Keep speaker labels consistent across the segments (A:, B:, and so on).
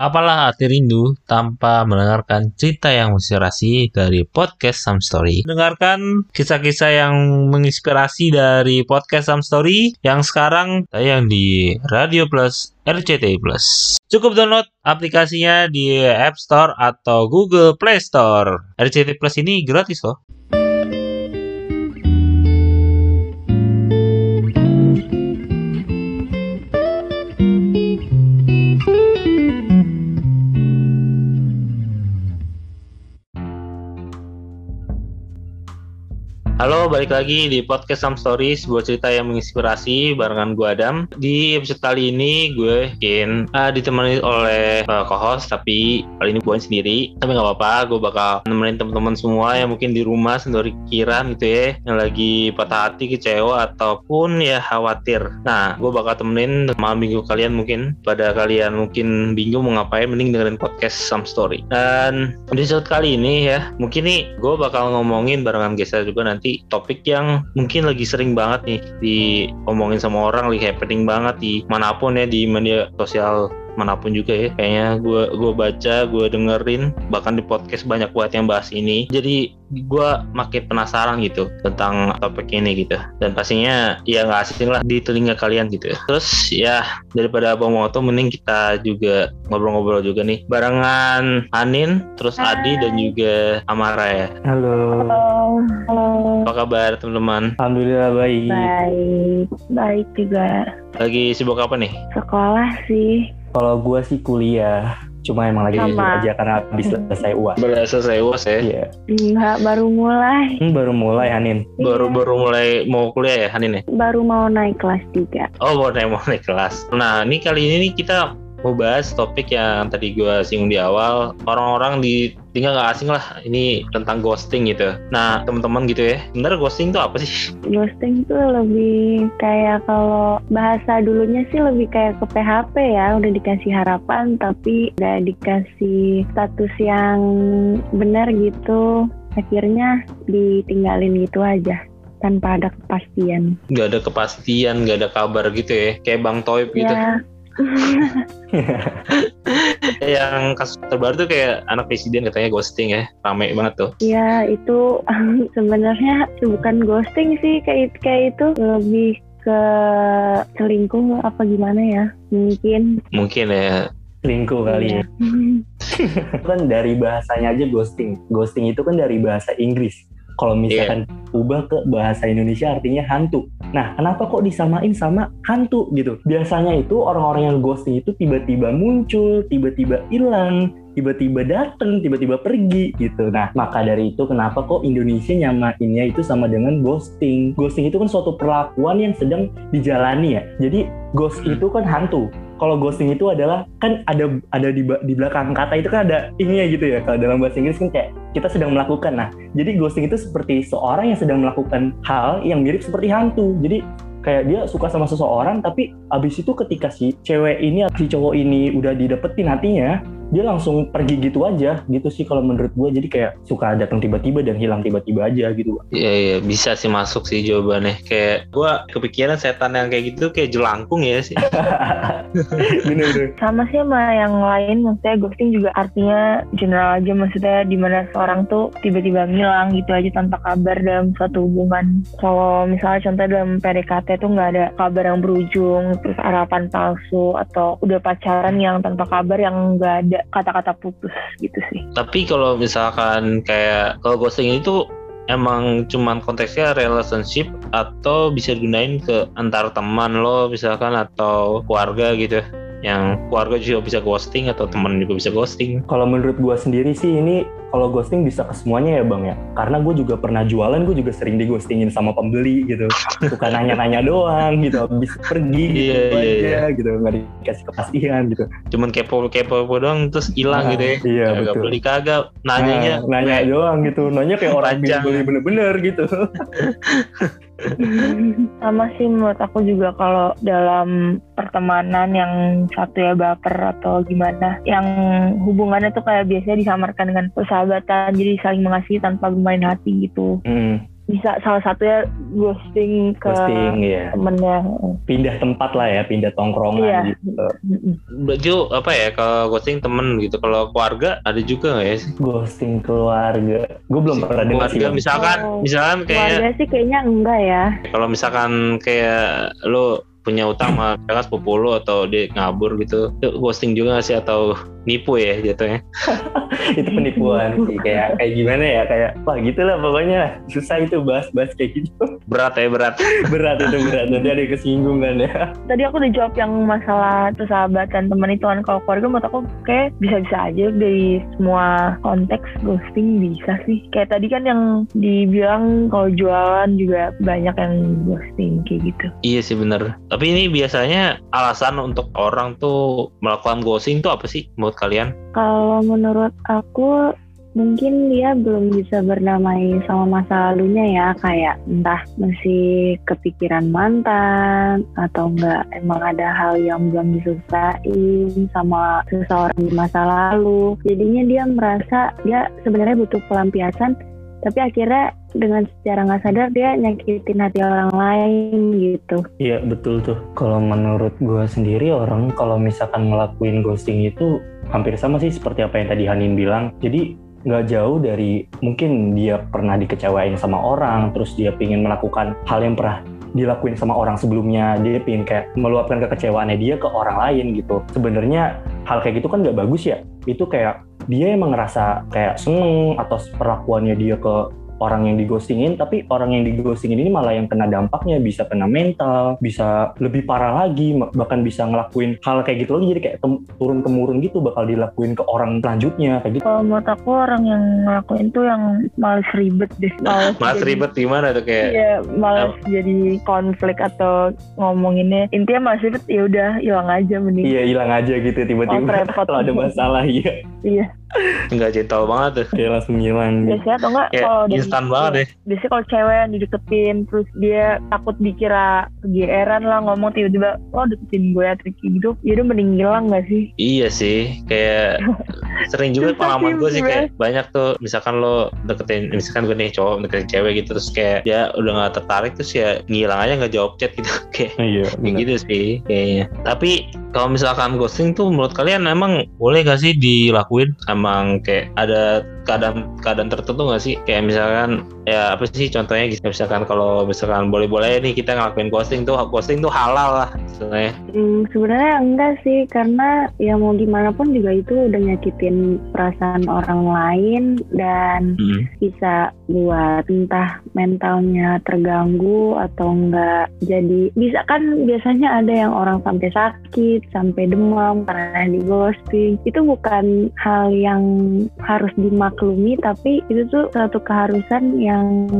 A: Apalah arti rindu tanpa mendengarkan cerita yang menginspirasi dari podcast Some Story. Dengarkan kisah-kisah yang menginspirasi dari podcast Some Story yang sekarang tayang di Radio Plus RCTI Plus. Cukup download aplikasinya di App Store atau Google Play Store. RCTI Plus ini gratis loh. Halo, balik lagi di podcast Some Story, sebuah cerita yang menginspirasi barengan gue Adam. Di episode kali ini gue ditemani oleh co-host, tapi kali ini gue sendiri. Tapi nggak apa-apa, gue bakal nemenin teman-teman semua yang mungkin di rumah sendiri pikiran gitu ya, yang lagi patah hati, kecewa ataupun ya khawatir. Nah, gue bakal temenin malam minggu kalian mungkin. Pada kalian mungkin bingung mau ngapain, mending dengerin podcast Some Story. Dan di episode kali ini ya, mungkin nih gue bakal ngomongin barengan Gesa juga nanti topik yang mungkin lagi sering banget nih diomongin sama orang, lagi happening banget di manapun ya, di media sosial manapun juga ya. Kayaknya gue baca, gue dengerin, bahkan di podcast banyak banget yang bahas ini. Jadi gue makin penasaran gitu tentang topik ini gitu. Dan pastinya ya nggak asing lah di telinga kalian gitu. Terus ya daripada abang moto, mending kita juga ngobrol-ngobrol juga nih barengan Anin, terus Adi dan juga Amara ya.
B: Halo.
A: Apa kabar teman-teman?
B: Alhamdulillah baik.
C: Baik juga.
A: Lagi sibuk apa nih?
C: Sekolah sih.
B: Kalau gue sih kuliah, cuma emang lagi sibuk aja karena habis selesai UAS.
A: Selesai UAS ya?
B: Iya.
C: Enggak, baru mulai.
B: Baru mulai Hanin.
A: Baru mulai mau kuliah ya Hanin ya?
C: Baru mau naik kelas 3.
A: Oh, mau naik kelas. Nah, ini kali ini nih kita mau bahas topik yang tadi gue singgung di awal. Orang-orang tinggal nggak asing lah ini tentang ghosting gitu. Nah, teman-teman gitu ya, sebenarnya ghosting itu apa sih?
C: Ghosting tuh lebih kayak, kalau bahasa dulunya sih lebih kayak ke PHP ya. Udah dikasih harapan tapi udah dikasih status yang benar gitu, akhirnya ditinggalin gitu aja tanpa ada kepastian.
A: Nggak ada kepastian, nggak ada kabar gitu ya, kayak Bang Toib gitu.
C: Ya.
A: Yang kasus terbaru tuh kayak anak presiden katanya ghosting ya, rame banget tuh.
C: Ya itu sebenarnya bukan ghosting sih, kayak itu lebih ke selingkuh apa gimana ya, mungkin
A: ya
B: Selingkuh kali ya. Kan dari bahasanya aja ghosting itu kan dari bahasa Inggris. Kalau misalkan ubah ke bahasa Indonesia artinya hantu. Nah, kenapa kok disamain sama hantu gitu? Biasanya itu orang-orang yang ghosting itu tiba-tiba muncul, tiba-tiba hilang, tiba-tiba datang, tiba-tiba pergi gitu. Nah, maka dari itu kenapa kok Indonesia nyamainnya itu sama dengan ghosting. Ghosting itu kan suatu perlakuan yang sedang dijalani ya. Jadi ghost itu kan hantu. Kalau ghosting itu adalah kan ada di belakang kata itu kan ada ininya gitu ya. Kalau dalam bahasa Inggris kan kayak kita sedang melakukan. Nah, jadi ghosting itu seperti seorang yang sedang melakukan hal yang mirip seperti hantu. Jadi kayak dia suka sama seseorang, tapi abis itu ketika si cewek ini, si cowok ini udah didapetin hatinya, dia langsung pergi gitu aja gitu sih kalau menurut gue. Jadi kayak suka datang tiba-tiba dan hilang tiba-tiba aja gitu.
A: Iya, bisa sih masuk sih jawabannya. Kayak gue kepikiran setan yang kayak gitu kayak jelangkung ya sih.
B: Bener.
C: Sama sih sama yang lain, maksudnya ghosting juga artinya general aja, maksudnya dimana seorang tuh tiba-tiba ngilang gitu aja tanpa kabar dalam suatu hubungan. Kalau misalnya contoh dalam PDKT tuh nggak ada kabar yang berujung, terus harapan palsu, atau udah pacaran yang tanpa kabar yang nggak ada kata-kata putus gitu sih.
A: Tapi kalau misalkan kayak kalau ghosting itu emang cuman konteksnya relationship atau bisa digunain ke antar teman lo misalkan atau keluarga gitu, yang keluarga juga bisa ghosting atau teman juga bisa ghosting?
B: Kalau menurut gue sendiri sih ini kalau ghosting bisa ke semuanya ya bang ya, karena gue juga pernah jualan, gue juga sering di-ghostingin sama pembeli gitu. Suka nanya-nanya doang gitu, habis pergi gitu aja gitu, nggak dikasih kepastian gitu.
A: Cuman kepo doang terus hilang gitu ya.
B: Iya,
A: kagak
B: betul.
A: beli kagak, nanya
B: doang gitu, nanya kayak orang beli bener-bener gitu.
C: Sama sih menurut aku juga, kalau dalam pertemanan yang satu ya baper atau gimana, yang hubungannya tuh kayak biasanya disamarkan dengan persahabatan, jadi saling mengasihi tanpa bermain hati gitu. bisa salah satunya ghosting ke
B: ya.
C: temennya.
B: Pindah tempat lah ya, pindah tongkrongan gitu.
A: Baju apa ya, kalau ghosting temen gitu. Kalau keluarga ada juga nggak ya sih?
B: Ghosting keluarga, gue belum pernah dengar sih.
A: Misalkan kayak
C: keluarga sih kayaknya enggak ya.
A: Kalau misalkan kayak lo punya utang sama sepupu lo atau dia ngabur gitu, itu ghosting juga nggak sih atau nipu ya jatuhnya?
B: Itu penipuan sih, kayak gimana ya, kayak wah gitulah pokoknya, susah itu bahas kayak gitu.
A: Berat berat
B: nanti ada kesinggungan ya.
C: Tadi aku udah jawab yang masalah persahabatan teman itu kan. Kalau keluarga menurut aku kayak bisa-bisa aja dari semua konteks ghosting bisa sih. Kayak tadi kan yang dibilang kalau jualan juga banyak yang ghosting kayak gitu.
A: Iya sih bener. Tapi ini biasanya alasan untuk orang tuh melakukan ghosting tuh apa sih menurut kalian?
D: Kalau menurut aku mungkin dia belum bisa berdamai sama masa lalunya ya, kayak entah masih kepikiran mantan atau enggak emang ada hal yang belum diselesaiin sama seseorang di masa lalu. Jadinya dia merasa dia sebenarnya butuh pelampiasan, tapi akhirnya dengan secara nggak sadar dia nyakitin hati orang lain gitu.
B: Iya betul tuh. Kalau menurut gue sendiri, orang kalau misalkan ngelakuin ghosting itu hampir sama sih seperti apa yang tadi Hanin bilang. Jadi nggak jauh dari mungkin dia pernah dikecewain sama orang, terus dia pingin melakukan hal yang pernah dilakuin sama orang sebelumnya, dia pingin kayak meluapkan kekecewaannya dia ke orang lain gitu. Sebenarnya hal kayak gitu kan nggak bagus ya. Itu kayak dia emang ngerasa kayak seneng atas perlakuannya dia ke orang yang dighostingin, tapi orang yang dighostingin ini malah yang kena dampaknya, bisa kena mental, bisa lebih parah lagi, bahkan bisa ngelakuin hal kayak gitu lagi, jadi kayak turun-temurun gitu bakal dilakuin ke orang selanjutnya kayak gitu.
C: Kalau menurut aku orang yang ngelakuin tuh yang males ribet deh.
A: Males ribet gimana tuh kayak?
C: Iya, males jadi konflik atau ngomonginnya. Intinya males ribet, ya udah hilang aja mending.
B: Iya, hilang aja gitu tiba-tiba kalau ada masalah. Iya.
A: Enggak gentle banget tuh.
B: Kayak langsung hilang.
C: Biasanya atau enggak kalau
A: instan banget deh.
C: Biasanya kalau cewek yang dideketin terus dia takut dikira kegeeran lah, ngomong tiba-tiba deketin gue atau kayak gitu, ya udah mending hilang gak sih?
A: Iya sih, kayak sering juga pengalaman gue sih, kayak banyak tuh misalkan lo deketin, misalkan gue nih cowok deketin cewek gitu, terus kayak dia udah gak tertarik, terus ya ngilang aja gak jawab chat gitu. Kayak gitu sih kayaknya. Tapi kalau misalkan ghosting tuh menurut kalian emang boleh gak sih dilakuin? Emang kayak ada keadaan tertentu gak sih? Kayak misalkan ya apa sih contohnya gitu, misalkan kalau misalkan boleh-boleh nih kita ngelakuin ghosting tuh halal lah sebenarnya.
D: Sebenarnya enggak sih, karena ya mau gimana pun juga itu udah nyakitin perasaan orang lain dan bisa buat entah mentalnya terganggu atau enggak. Jadi bisa kan biasanya ada yang orang sampai sakit, sampai demam karena di ghosting. Itu bukan hal yang harus dimaklumi, tapi itu tuh suatu keharusan yang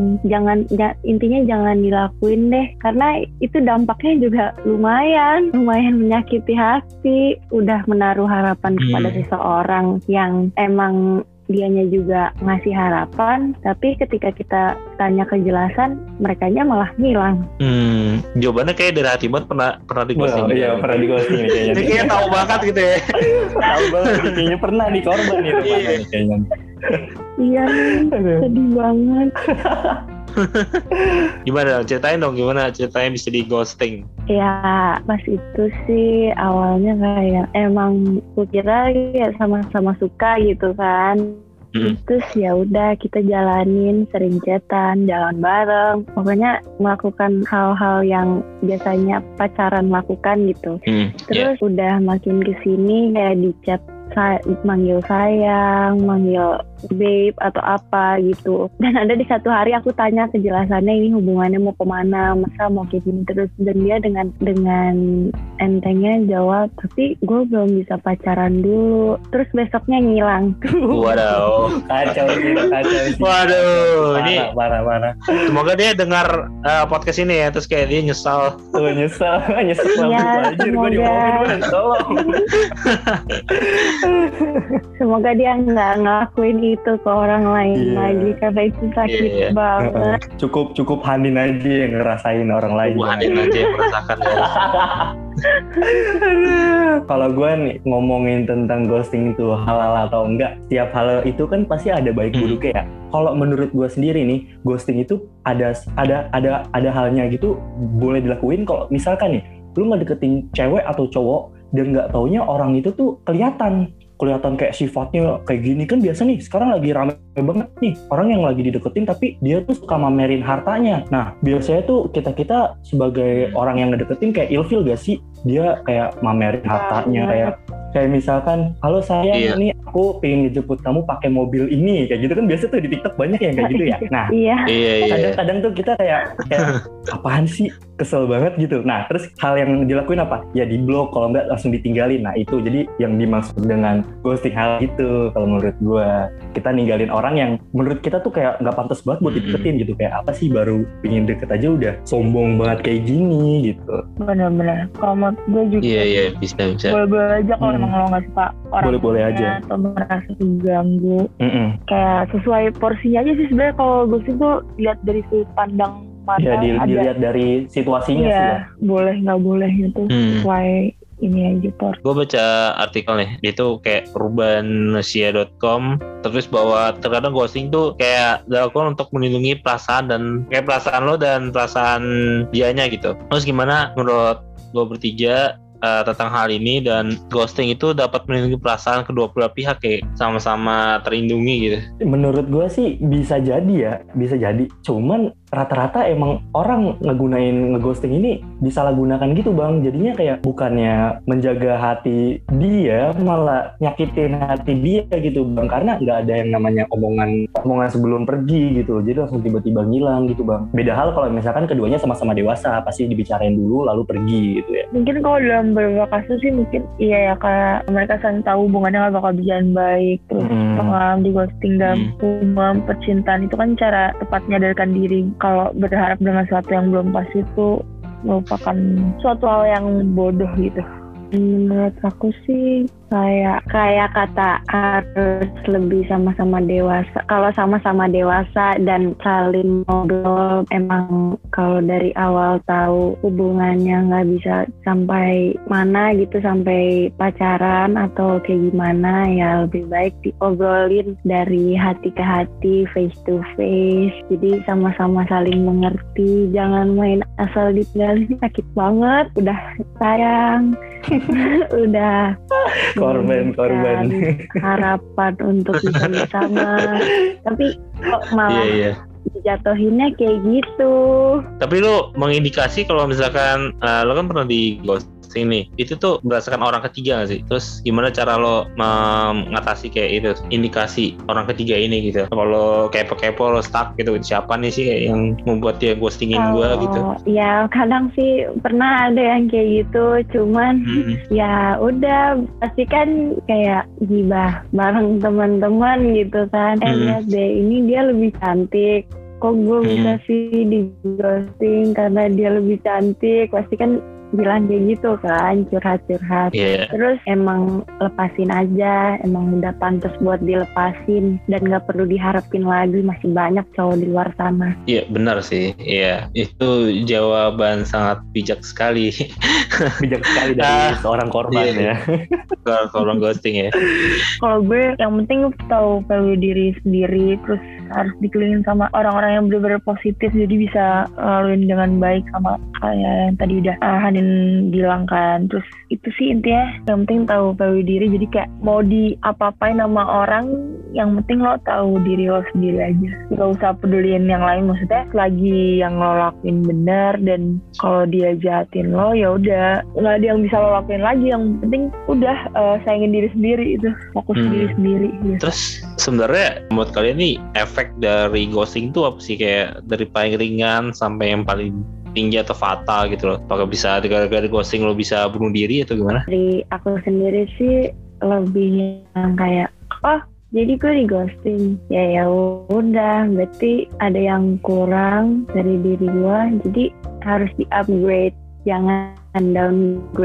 D: intinya jangan dilakuin deh, karena itu dampaknya juga lumayan menyakiti hati. Udah menaruh harapan kepada seseorang yang emang dianya juga ngasih harapan, tapi ketika kita tanya kejelasan, merekanya malah ngilang.
A: Jawabannya kayak dari hati banget pernah di ghosting.
B: Iya, pernah di ghosting kayaknya.
A: Ini kayaknya tahu banget gitu ya.
B: Tahu banget, kayaknya pernah di korban nih kayaknya.
D: Iya nih, sedih banget.
A: Gimana? Ceritain dong gimana ceritanya bisa di ghosting.
D: Ya pas itu sih awalnya kayak emang gue kira ya sama-sama suka gitu kan. Terus ya udah kita jalanin, sering chatan, jalan bareng, pokoknya melakukan hal-hal yang biasanya pacaran lakukan gitu. Terus udah makin kesini kayak di chat manggil sayang, manggil babe atau apa gitu. Dan ada di satu hari aku tanya kejelasannya ini hubungannya mau kemana, masa mau kayak gini terus, dan dia dengan entengnya jawab, tapi gue belum bisa pacaran dulu. Terus besoknya ngilang.
A: Waduh,
B: kacau.
A: Waduh, ini
B: parah.
A: Semoga dia dengar podcast ini ya, terus kayak dia nyesal.
B: Nyesal
D: ya,
B: anjir, gue diomongin, tolong.
D: Semoga dia nggak ngelakuin itu ke orang lain lagi karena itu sakit banget.
B: Cukup Hanin aja yang ngerasain orang lain.
A: Hanin aja yang merasakan ya.
B: Kalau gue nih ngomongin tentang ghosting itu halal atau enggak, setiap hal itu kan pasti ada baik buruknya ya. Kalau menurut gue sendiri nih, ghosting itu ada halnya gitu boleh dilakuin kalau misalkan nih lu nggak deketin cewek atau cowok dan nggak taunya orang itu tuh kelihatan kayak sifatnya kayak gini. Kan biasa nih sekarang lagi rame banget nih orang yang lagi dideketin tapi dia tuh suka mamerin hartanya. Nah biasanya tuh kita sebagai orang yang ngedeketin kayak ilfil gak sih, dia kayak mamerin hartanya, kayak misalkan, halo sayang, ini aku pengen ngejemput kamu pakai mobil ini, kayak gitu kan biasa tuh di TikTok banyak yang kayak gitu ya. Nah, kadang-kadang tuh kita kayak apaan sih, kesel banget gitu. Nah, terus hal yang dilakuin apa? Ya di blok, kalau enggak langsung ditinggalin. Nah, itu jadi yang dimaksud dengan ghosting hal itu. Kalau menurut gua, kita ninggalin orang yang menurut kita tuh kayak nggak pantas banget buat dideketin gitu. Kayak apa sih, baru pengen deket aja udah sombong banget kayak gini gitu.
C: Benar-benar. Kalau menurut gue juga.
A: Iya, bisa.
C: Boleh-boleh aja kalau emang lo nggak suka orang
B: boleh aja
C: atau merasa terganggu. Kayak sesuai porsinya aja sih sebenarnya. Kalau ghosting tuh lihat dari sudut pandang mata.
B: Ya dilihat dari situasinya sih ya.
C: Boleh nggak boleh gitu sesuai ini aja por.
A: Gue baca artikel nih, itu kayak urbansia.com terus bahwa terkadang ghosting tuh kayak dilakukan untuk melindungi perasaan dan kayak perasaan lo dan perasaan dianya gitu. Terus gimana menurut gue bertiga tentang hal ini, dan ghosting itu dapat melindungi perasaan kedua belah pihak kayak sama-sama terlindungi gitu?
B: Menurut gue sih bisa jadi. Cuman rata-rata emang orang ngeghosting ini disalahgunakan gitu bang. Jadinya kayak bukannya menjaga hati dia, malah nyakitin hati dia gitu bang. Karena nggak ada yang namanya omongan sebelum pergi gitu. Jadi langsung tiba-tiba ngilang gitu bang. Beda hal kalau misalkan keduanya sama-sama dewasa, pasti dibicarain dulu lalu pergi gitu ya.
C: Mungkin kalau dalam beberapa kasus sih mungkin iya ya, kayak mereka saling tahu hubungannya nggak bakal berjalan baik, terus pengalaman di ghosting dalam hubungan percintaan itu kan cara tepat menyadarkan diri kalau berharap dengan sesuatu yang belum pasti itu merupakan suatu hal yang bodoh gitu.
D: Menurut aku sih kayak kata harus lebih sama-sama dewasa. Kalau sama-sama dewasa dan saling ngobrol, emang kalau dari awal tahu hubungannya nggak bisa sampai mana gitu, sampai pacaran atau kayak gimana, ya lebih baik diobrolin dari hati ke hati, face to face. Jadi sama-sama saling mengerti, jangan main asal ditinggalin, sakit banget. Udah sayang. Udah
B: korban
D: harapan untuk bisa bersama, tapi kok malah dijatuhinnya kayak gitu.
A: Tapi lo mengindikasi kalau misalkan lo kan pernah di ghosting nih, itu tuh berdasarkan orang ketiga gak sih? Terus gimana cara lo mengatasi kayak itu, indikasi orang ketiga ini gitu? Kalau kepo-kepo lo stuck gitu, siapa nih sih kayak yang membuat dia ghostingin gue gitu?
D: Ya kadang sih pernah ada yang kayak gitu, cuman ya udah pasti kan kayak gibah bareng teman-teman gitu kan. Lihat deh, ini dia lebih cantik, kok gue bisa sih di ghosting karena dia lebih cantik. Pasti kan bilang kayak gitu kan, curhat-curhat. Terus emang lepasin aja, emang udah pantas buat dilepasin dan gak perlu diharapin lagi, masih banyak cowok di luar sana.
A: Iya benar sih, iya itu jawaban sangat bijak sekali.
B: Bijak sekali dari seorang korban ya.
A: Korban ghosting ya.
C: Kalau gue yang penting tahu value diri sendiri, terus harus dikelilingin sama orang-orang yang benar-benar positif, jadi bisa laluin dengan baik sama kayak yang tadi udah Hanin bilang kan. Terus itu sih intinya, yang penting tahu value diri. Jadi kayak mau di apa-apain nama orang, yang penting lo tahu diri lo sendiri aja, gak usah peduliin yang lain. Maksudnya lagi yang lo lakuin benar, dan kalau dia jahatin lo ya udah nggak ada yang bisa lo lakuin lagi. Yang penting udah sayangin diri sendiri, itu fokus diri sendiri gitu.
A: Terus sebenarnya menurut kalian nih efek dari ghosting tuh apa sih, kayak dari paling ringan sampai yang paling tinggi atau fatal gitu loh? Apakah bisa gara-gara ghosting lo bisa bunuh diri atau gimana?
D: Dari aku sendiri sih lebih yang kayak jadi gue di ghosting, ya udah berarti ada yang kurang dari diri gue, jadi harus di upgrade, jangan downgrade.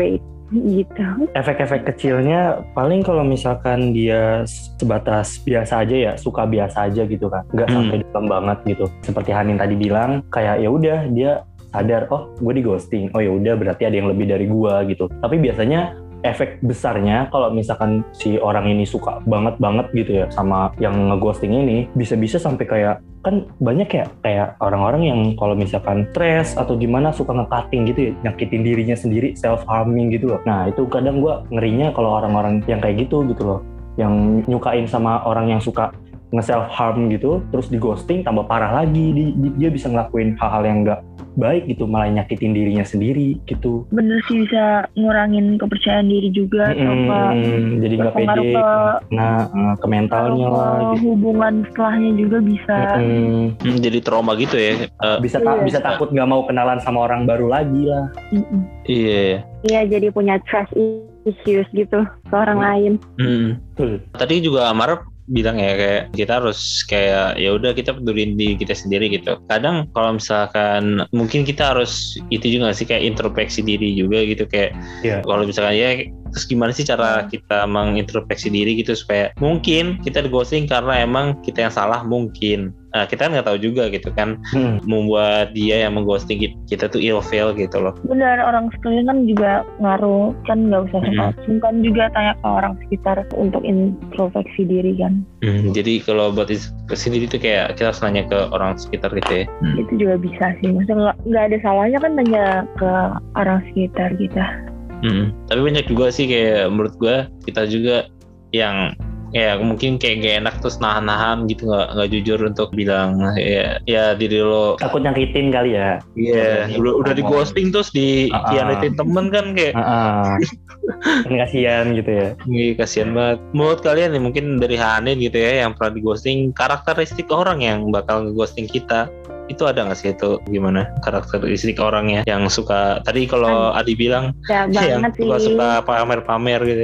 D: gitu.
B: Efek-efek kecilnya paling kalau misalkan dia sebatas biasa aja ya, suka biasa aja gitu kan, nggak sampai dalam banget gitu. Seperti Hanin tadi bilang, kayak ya udah dia sadar, oh gue di ghosting, oh ya udah berarti ada yang lebih dari gue gitu. Tapi biasanya efek besarnya kalau misalkan si orang ini suka banget gitu ya sama yang ngeghosting ini, bisa-bisa sampai kayak, kan banyak ya kayak orang-orang yang kalau misalkan stres atau gimana suka nge-cutting gitu ya, nyakitin dirinya sendiri, self-harming gitu loh. Nah itu kadang gue ngerinya kalau orang-orang yang kayak gitu loh, yang nyukain sama orang yang suka nge-self-harm gitu, terus di ghosting tambah parah lagi, dia bisa ngelakuin hal-hal yang gak baik gitu, malah nyakitin dirinya sendiri gitu.
C: Bener sih, bisa ngurangin kepercayaan diri juga,
B: jadi nggak pede, ke mentalnya lah.
C: Hubungan setelahnya juga bisa.
A: Jadi trauma gitu ya.
B: Bisa takut nggak mau kenalan sama orang baru lagi lah.
A: Iya.
D: Iya, jadi punya trust issues gitu ke orang lain.
A: Tadi juga Amar bilang ya, kayak kita harus kayak ya udah kita peduliin diri kita sendiri gitu. Kadang kalau misalkan mungkin kita harus itu juga sih, kayak introspeksi diri juga gitu, kayak kalau misalkan ya terus gimana sih cara kita mengintrospeksi diri gitu supaya mungkin kita di ghosting karena emang kita yang salah mungkin. Nah kita nggak tahu juga gitu kan, membuat dia yang mengghosting kita tuh ilfeel gitu loh.
C: Benar, orang sekeliling kan juga ngaruh, kan nggak usah sungkan juga tanya ke orang sekitar untuk introspeksi diri kan.
A: Jadi kalau buat sendiri tuh kayak kita harus nanya ke orang sekitar gitu ya.
C: Itu juga bisa sih, maksudnya nggak ada salahnya kan nanya ke orang sekitar kita.
A: Tapi banyak juga sih kayak menurut gue kita juga yang ya mungkin kayak gak enak terus nahan gitu, nggak jujur untuk bilang ya diri lo
B: takut nyakitin kali ya.
A: Udah di ghosting terus dikhianatin temen kan kayak
B: kasihan gitu ya.
A: Iya, kasihan banget. Menurut kalian nih, mungkin dari Hanin gitu ya yang pernah di ghosting, karakteristik orang yang bakal nge-ghosting kita itu ada nggak sih, itu gimana karakteristik orangnya yang suka tadi kalau Adi bilang yang suka pamer-pamer gitu.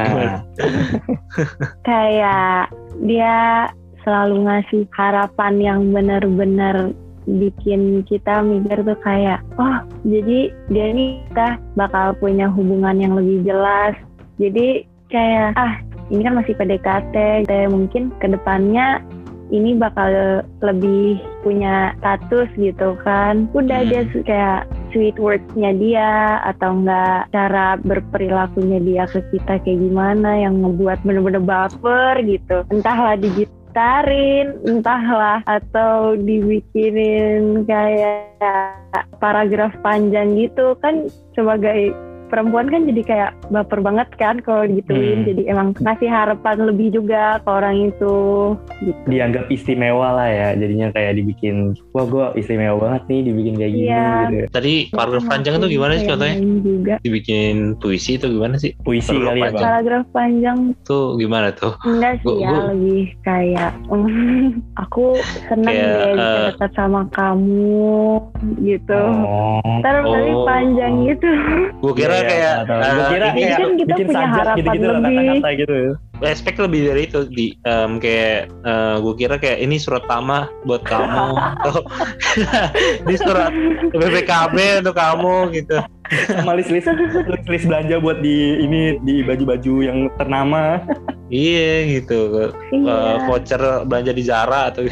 D: Kayak dia selalu ngasih harapan yang benar-benar bikin kita mikir tuh kayak, oh jadi dia ini kita bakal punya hubungan yang lebih jelas. Jadi kayak ini kan masih PDKT, mungkin kedepannya ini bakal lebih punya status gitu kan. Udah dia kayak sweet words-nya dia atau enggak cara berperilakunya dia ke kita kayak gimana yang ngebuat bener-bener baper gitu. Entahlah digitarin, entahlah atau dibikinin kayak paragraf panjang gitu kan. Sebagai perempuan kan jadi kayak baper banget kan kalau digituin. Jadi emang ngasih harapan lebih juga ke orang itu gitu.
B: Dianggap istimewa lah ya, jadinya kayak dibikin, wah gue istimewa banget nih dibikin kayak gini gitu.
A: Tadi paragraf panjang itu gimana sih contohnya?
D: Juga.
A: Dibikin puisi itu gimana sih?
B: Puisi kali ya Bang?
D: Paragraf panjang
A: tuh gimana tuh?
D: Enggak sih lebih kayak aku senang deh dekat sama kamu gitu. Tapi panjang gitu.
A: Gue kira kayak
D: kan kita
B: bikin
D: punya
B: sajak
D: harapan
B: gitu-gitu
D: lebih.
B: kata-kata gitu.
A: Respect lebih dari itu kayak gue kira kayak ini surat tamah buat kamu atau ini surat BPKB untuk kamu gitu.
B: Sama list belanja buat di baju-baju yang ternama.
A: Iya gitu. Voucher belanja di Zara atau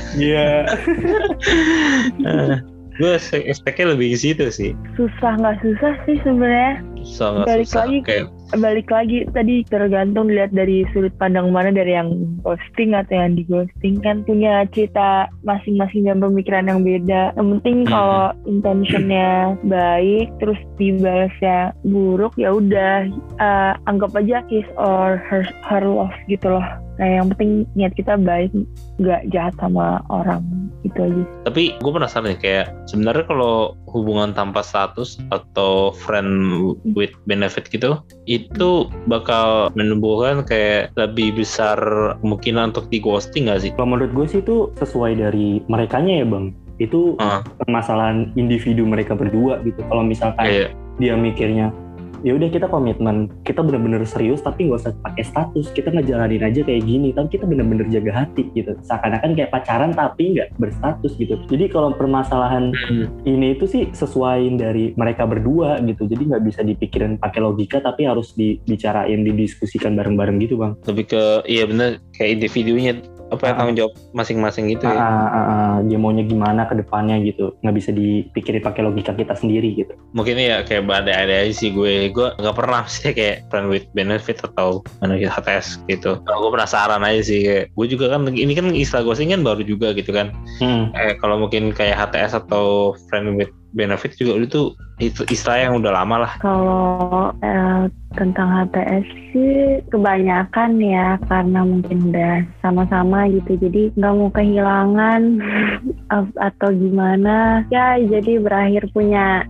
A: gue expect-nya lebih ke situ sih.
C: Nggak susah sih sebenarnya. Balik lagi tadi tergantung dilihat dari sudut pandang mana, dari yang ghosting atau yang di ghosting, kan punya cerita masing-masing dan pemikiran yang beda. Yang penting kalau intentionnya baik terus dibalasnya buruk, ya udah anggap aja his or her loss gitu loh. Nah yang penting niat kita baik, nggak jahat sama orang, itu aja.
A: Tapi gue penasaran nih, kayak sebenarnya kalau hubungan tanpa status atau friend with benefit gitu, itu bakal menumbuhkan kayak lebih besar kemungkinan untuk di ghosting nggak sih?
B: Kalau menurut gue sih itu sesuai dari merekanya ya Bang. Itu permasalahan individu mereka berdua gitu. Kalau misalkan dia mikirnya, ya udah kita komitmen, kita bener-bener serius tapi nggak usah pakai status, kita ngejalanin aja kayak gini, tapi kita bener-bener jaga hati gitu, seakan-akan kayak pacaran tapi nggak berstatus gitu. Jadi kalau permasalahan ini itu sih sesuaiin dari mereka berdua gitu, jadi nggak bisa dipikirin pakai logika tapi harus dibicarain, didiskusikan bareng-bareng gitu bang.
A: Lebih ke iya bener kayak individunya apa tanggung jawab masing-masing gitu ya.
B: Dia maunya gimana ke depannya gitu, nggak bisa dipikirin pakai logika kita sendiri gitu.
A: Mungkin ya kayak ada aja sih gue nggak pernah sih kayak friend with benefit atau mana gitu HTS gitu. Gue penasaran aja sih, kayak gue juga kan ini kan istilah ghosting kan baru juga gitu kan. Kalau mungkin kayak HTS atau friend with benefit juga itu istilah yang udah lama lah.
D: Kalau tentang HTS sih kebanyakan ya karena mungkin udah sama-sama gitu, jadi nggak mau kehilangan atau gimana ya, jadi berakhir punya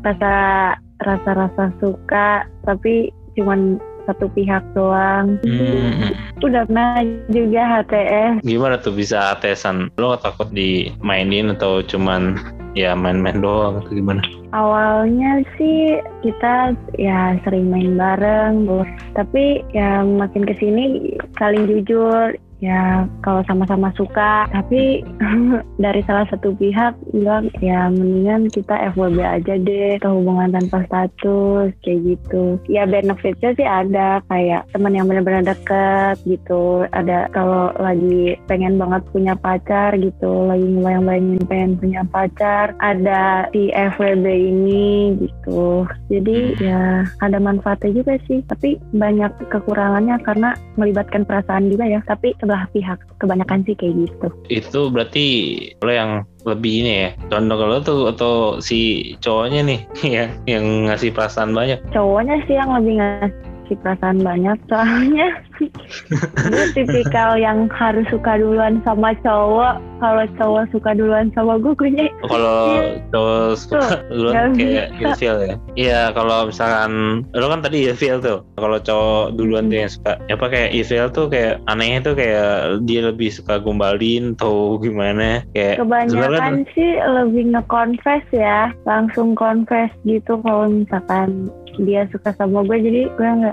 D: rasa suka tapi cuman satu pihak doang. Udah pernah juga HTS.
A: Gimana tuh bisa HTSan? Lo gak takut dimainin atau cuman ya main-main doang atau gimana?
D: Awalnya sih kita ya sering main bareng, tapi ya makin kesini saling jujur. Ya kalau sama-sama suka, tapi dari salah satu pihak bilang ya mendingan kita FWB aja deh, atau hubungan tanpa status kayak gitu. Ya benefitnya sih ada, kayak teman yang benar-benar deket gitu. Ada kalau lagi pengen banget punya pacar gitu, lagi ngebayang-bayangin pengen punya pacar, ada si FWB ini gitu. Jadi ya ada manfaatnya juga sih, tapi banyak kekurangannya karena melibatkan perasaan juga ya. Tapi sebelah pihak kebanyakan sih kayak gitu. Itu
A: berarti lo yang lebih ini ya, condong lo tuh atau si cowoknya nih ya yang ngasih perasaan banyak?
D: Cowoknya sih yang lebih ngasih perasaan banyak, soalnya gue tipikal yang harus suka duluan sama cowok. Kalau cowok suka duluan sama gue
A: kalau cowok suka duluan kayak ilfil ya. Iya, kalau misalkan lo kan tadi ilfil tuh, kalau cowok duluan tuh yang suka apa kayak ilfil tuh kayak anehnya tuh kayak dia lebih suka gombalin atau gimana, kayak
D: kebanyakan sih lebih nge-confess ya, langsung confess gitu kalau misalkan dia suka sama gue, jadi gue nggak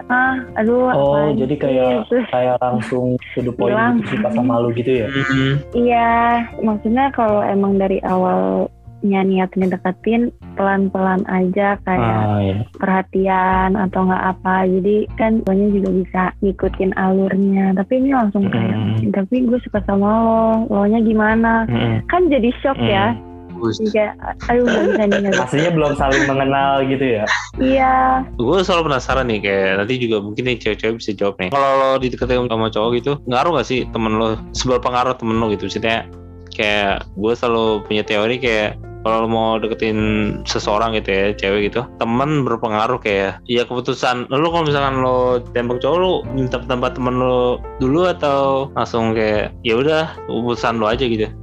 B: jadi kayak langsung to the point gitu, suka sama lu gitu ya.
D: Iya, maksudnya kalau emang dari awalnya niatnya deketin, pelan-pelan aja kayak perhatian atau nggak apa, jadi kan guanya juga bisa ngikutin alurnya. Tapi ini langsung kayak tapi gue suka sama lo nya gimana, kan jadi shock ya. Iya, gak bisa nih.
B: Aslinya belum saling mengenal gitu ya.
D: Iya.
A: Gue selalu penasaran nih, kayak nanti juga mungkin nih cewek-cewek bisa jawab nih. Kalau lo dideketin sama cowok gitu, ngaruh gak sih temen lo, seberapa pengaruh temen lo gitu? Maksudnya kayak gue selalu punya teori kayak kalau lo mau deketin seseorang gitu ya, cewek gitu, temen berpengaruh kayak ya keputusan lo. Kalau misalkan lo tembak cowok, lo minta tempat temen lo dulu atau langsung kayak ya udah keputusan lo aja gitu?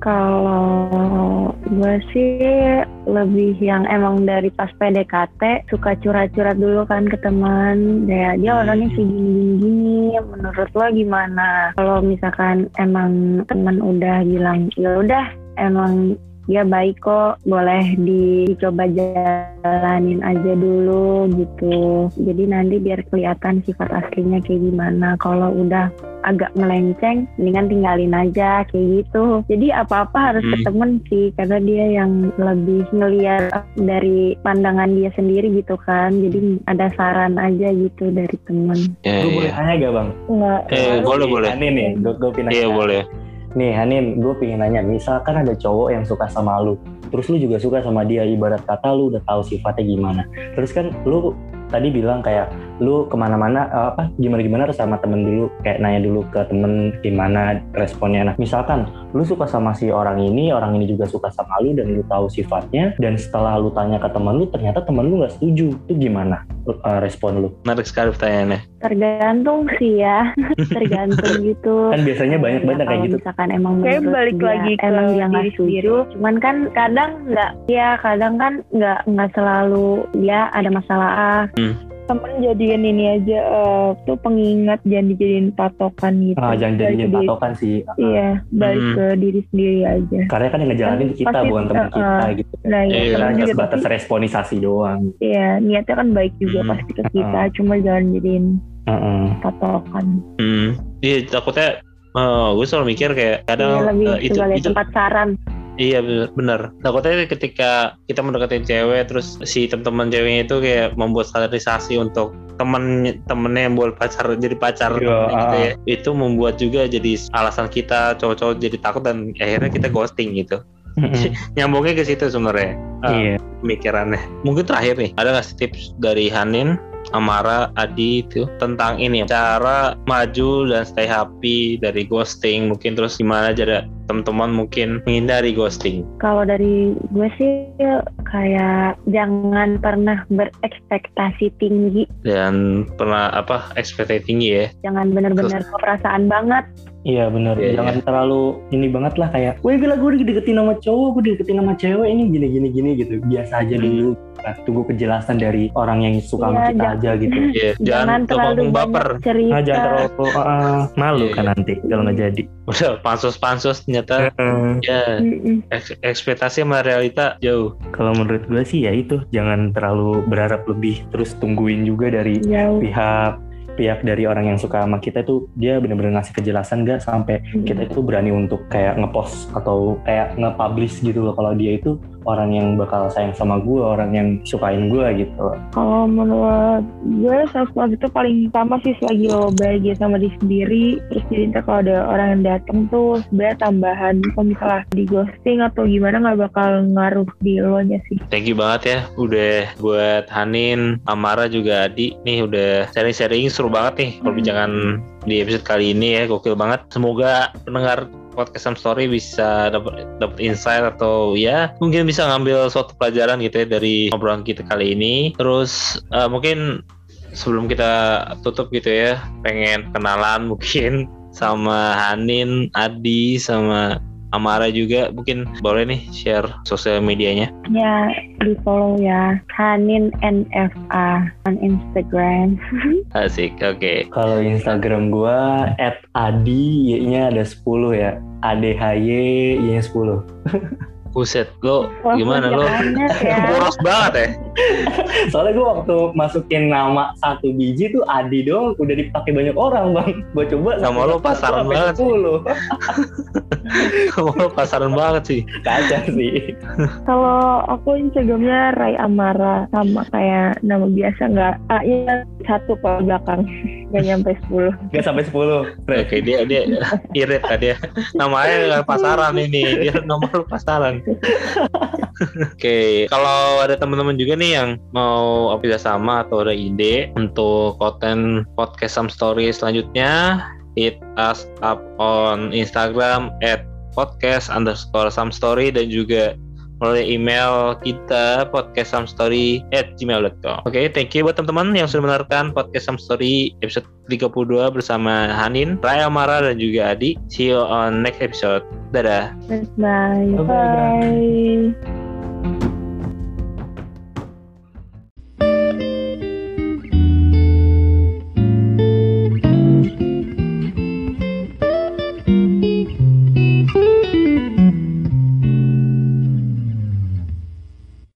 D: Kalau gue sih lebih yang emang dari pas PDKT suka curhat-curhat dulu kan ke teman, ya dia orangnya kayak gini, menurut lo gimana? Kalau misalkan emang teman udah bilang ya udah emang dia baik kok, boleh dicoba jalanin aja dulu gitu. Jadi nanti biar kelihatan sifat aslinya kayak gimana. Kalau udah agak melenceng, mendingan tinggalin aja kayak gitu. Jadi apa-apa harus ke temen sih, karena dia yang lebih ngeliat dari pandangan dia sendiri gitu kan. Jadi ada saran aja gitu dari temen.
B: Gue boleh tanya gak bang?
A: Boleh.
B: Ini nih, gue pindah.
A: Iya boleh.
B: Nih Hanin, gue pengen nanya, misalkan ada cowok yang suka sama lu, terus lu juga suka sama dia, ibarat kata lu udah tahu sifatnya gimana. Terus kan lu tadi bilang kayak lu kemana-mana gimana harus sama temen dulu, kayak nanya dulu ke temen gimana responnya. Nah misalkan lu suka sama si orang ini juga suka sama lu dan lu tahu sifatnya, dan setelah lu tanya ke temen lu ternyata temen lu nggak setuju, itu gimana respon lu?
A: Menarik sekali pertanyaannya.
D: Tergantung sih ya, tergantung gitu.
B: Kan biasanya banyak banget kayak gitu.
D: Misalkan emang
C: kayak balik
D: dia,
C: lagi ke
D: emang dia nggak setuju, cuman kan kadang kan nggak selalu dia ada masalah
C: temen jadiin ini aja tuh pengingat, jangan dijadiin patokan gitu.
B: Jangan jadiin patokan sih.
C: Iya, balik ke diri sendiri aja.
B: Karena kan yang ngejalanin kita
C: pasti,
B: bukan teman kita gitu.
C: Nah,
B: hanya sebatas responisasi doang.
C: Iya, niatnya kan baik juga pasti ke kita, cuma jangan jadiin patokan.
A: Iya, takutnya gue selalu mikir kayak kadang
C: itu tempat saran.
A: Iya benar. Takutnya ketika kita mendekatin cewek, terus si teman-teman ceweknya itu kayak membuat standarisasi untuk temennya yang buat jadi pacar gitu ya. Itu membuat juga jadi alasan kita cowok-cowok jadi takut dan akhirnya kita ghosting gitu. Nyambungnya ke situ sebenarnya. Pemikirannya. Mungkin terakhir nih, ada nggak tips dari Hanin, Amara, Adi itu tentang ini cara maju dan stay happy dari ghosting, mungkin terus gimana aja teman-teman mungkin menghindari ghosting?
D: Kalau dari gue sih kayak jangan pernah berekspektasi tinggi
A: dan ekspektasi tinggi ya.
D: Jangan benar-benar perasaan banget.
B: Iya benar, jangan terlalu ini banget lah kayak, wah gila gue dideketin sama cowok, gue dideketin sama cewek ini gini gitu, biasa aja dulu. Tunggu kejelasan dari orang yang suka sama kita aja gitu.
A: Jangan terlalu baper.
B: Jangan terlalu malu kan nanti kalau nggak jadi.
A: Udah pansos ternyata ekspektasi sama realita jauh.
B: Kalau menurut gue sih ya itu, jangan terlalu berharap lebih, terus tungguin juga dari pihak dari orang yang suka sama kita itu dia benar-benar ngasih kejelasan gak sampai kita itu berani untuk kayak ngepost atau kayak nge-publish gitu loh kalau dia itu orang yang bakal sayang sama gue, orang yang sukain gue gitu.
C: Kalau menurut gue self-love itu paling utama sih selagi lo bahagia sama diri sendiri. Terus jadi ntar kalau ada orang yang datang tuh sebenarnya tambahan, kalau misalnya di ghosting atau gimana nggak bakal ngaruh di lo nya sih.
A: Thank you banget ya udah buat Hanin, Amara juga Adi nih udah sharing-sharing, seru banget nih perbincangan di episode kali ini ya, gokil banget. Semoga pendengar podcast Some Story bisa dapat insight atau ya mungkin bisa ngambil suatu pelajaran gitu ya dari obrolan kita kali ini. Terus mungkin sebelum kita tutup gitu ya, pengen kenalan mungkin sama Hanin, Adi, sama Amara juga, mungkin boleh nih share sosial medianya.
D: Ya, di follow ya, Hanin NFA on Instagram.
A: Asik, oke.
B: Kalau Instagram gua @adi, y-nya ada 10 ya. ADHY, y-nya 10.
A: Buset, lo gimana lo?
D: Ya.
A: Boros banget ya.
B: Soalnya gue waktu masukin nama 1 biji tuh Adi dong udah dipakai banyak orang bang. Gue coba
A: sama lo pasaran banget.
B: 10.
A: Sama lo pasaran banget sih.
B: Kacau sih.
C: Kalau aku Instagramnya Rai Amara, sama kayak nama biasa, nggak A-nya 1 kalau belakang. Gak nyampe 10.
B: Gak sampai 10.
A: Oke, dia irit tadi ya. Namanya pasaran ini. Dia nomor pasaran. Oke, kalau ada teman-teman juga nih yang mau kerjasama atau ada ide untuk konten podcast Some Story selanjutnya, hit us up on Instagram @podcast_somestory dan juga melalui email kita podcastsomstory@gmail.com. Oke, thank you buat teman-teman yang sudah mendengarkan podcast Some Story episode 32 bersama Hanin, Raya, Amara, dan juga Adi. See you on next episode. Dadah.
C: Bye.